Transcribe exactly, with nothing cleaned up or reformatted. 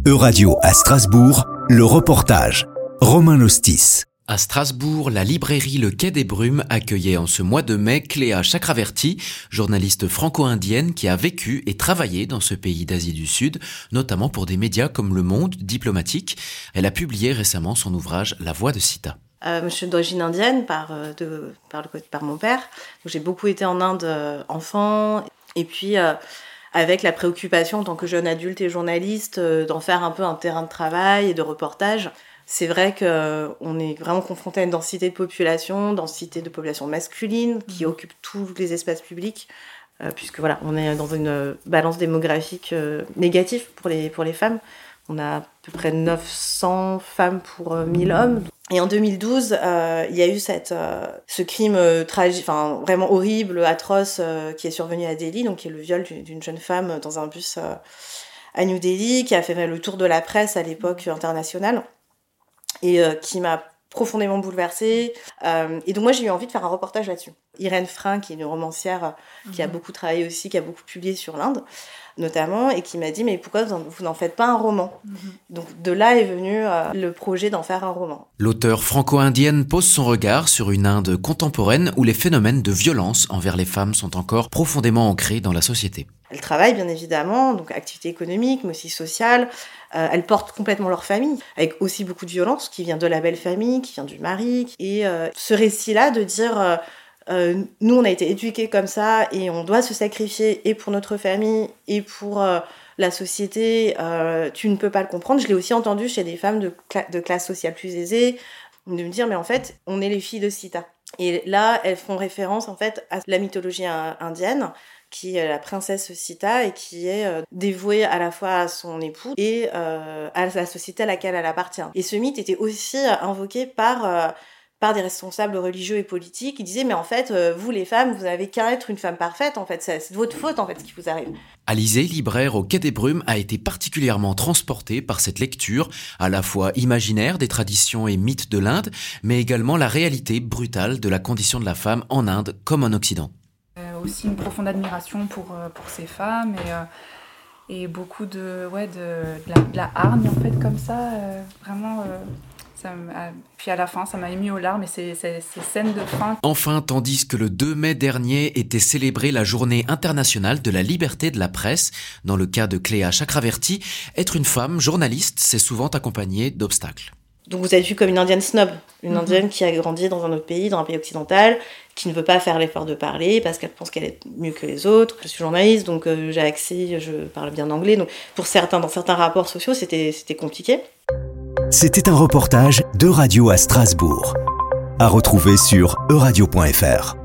Euradio à Strasbourg, le reportage. Romain Lostis. À Strasbourg, la librairie Le Quai des Brumes accueillait en ce mois de mai Cléa Chakraverty, journaliste franco-indienne qui a vécu et travaillé dans ce pays d'Asie du Sud, notamment pour des médias comme Le Monde, Diplomatique. Elle a publié récemment son ouvrage La Voix de Sita. Euh, je suis d'origine indienne par, de, par, le, par mon père. Donc, j'ai beaucoup été en Inde euh, enfant. Et puis, euh, avec la préoccupation en tant que jeune adulte et journaliste, euh, d'en faire un peu un terrain de travail et de reportage. C'est vrai qu'on est vraiment confronté à une densité de population, densité de population masculine qui occupe tous les espaces publics, euh, puisque voilà, on est dans une balance démographique euh, négative pour les, pour les femmes. On a à peu près neuf cents femmes pour euh, mille hommes. Et en deux mille douze, euh, il y a eu cette, euh, ce crime euh, tragique, enfin vraiment horrible, atroce, euh, qui est survenu à Delhi, donc qui est le viol d'une jeune femme dans un bus euh, à New Delhi, qui a fait le tour de la presse à l'époque internationale. Et euh, qui m'a profondément bouleversée. Euh, et donc moi, j'ai eu envie de faire un reportage là-dessus. Irène Frein, qui est une romancière mmh. qui a beaucoup travaillé aussi, qui a beaucoup publié sur l'Inde, notamment, et qui m'a dit « Mais pourquoi vous n'en faites pas un roman mmh. ?» Donc de là est venu euh, le projet d'en faire un roman. L'auteure franco-indienne pose son regard sur une Inde contemporaine où les phénomènes de violence envers les femmes sont encore profondément ancrés dans la société. Elles travaillent bien évidemment, donc activité économique, mais aussi sociale. Euh, elles portent complètement leur famille, avec aussi beaucoup de violence qui vient de la belle famille, qui vient du mari. Et euh, ce récit-là de dire euh, euh, nous on a été éduqués comme ça et on doit se sacrifier et pour notre famille et pour euh, la société, euh, tu ne peux pas le comprendre. Je l'ai aussi entendu chez des femmes de, cla- de classe sociale plus aisée, de me dire mais en fait on est les filles de Sita. Et là elles font référence en fait à la mythologie indienne, qui est la princesse Sita et qui est euh, dévouée à la fois à son époux et euh, à la société à laquelle elle appartient. Et ce mythe était aussi euh, invoqué par, euh, par des responsables religieux et politiques qui disaient « Mais en fait, euh, vous les femmes, vous n'avez qu'à être une femme parfaite, en fait, c'est, c'est de votre faute en fait ce qui vous arrive. » Alizée, libraire au Quai des Brumes, a été particulièrement transportée par cette lecture, à la fois imaginaire des traditions et mythes de l'Inde, mais également la réalité brutale de la condition de la femme en Inde comme en Occident. Aussi une profonde admiration pour, pour ces femmes et, euh, et beaucoup de, ouais, de, de, la, de la hargne en fait comme ça, euh, vraiment euh, ça m'a, puis à la fin ça m'a ému aux larmes et ces, ces, ces scènes de fin. Enfin, tandis que le deux mai dernier était célébrée la journée internationale de la liberté de la presse, dans le cas de Cléa Chakraverty, être une femme journaliste c'est souvent accompagné d'obstacles. Donc vous êtes vue comme une indienne snob, une mmh. indienne qui a grandi dans un autre pays, dans un pays occidental, qui ne veut pas faire l'effort de parler parce qu'elle pense qu'elle est mieux que les autres. Je suis journaliste, donc euh, j'ai accès, je parle bien anglais. Donc pour certains, dans certains rapports sociaux, c'était, c'était compliqué. C'était un reportage d'Euradio à Strasbourg. À retrouver sur euradio point f r.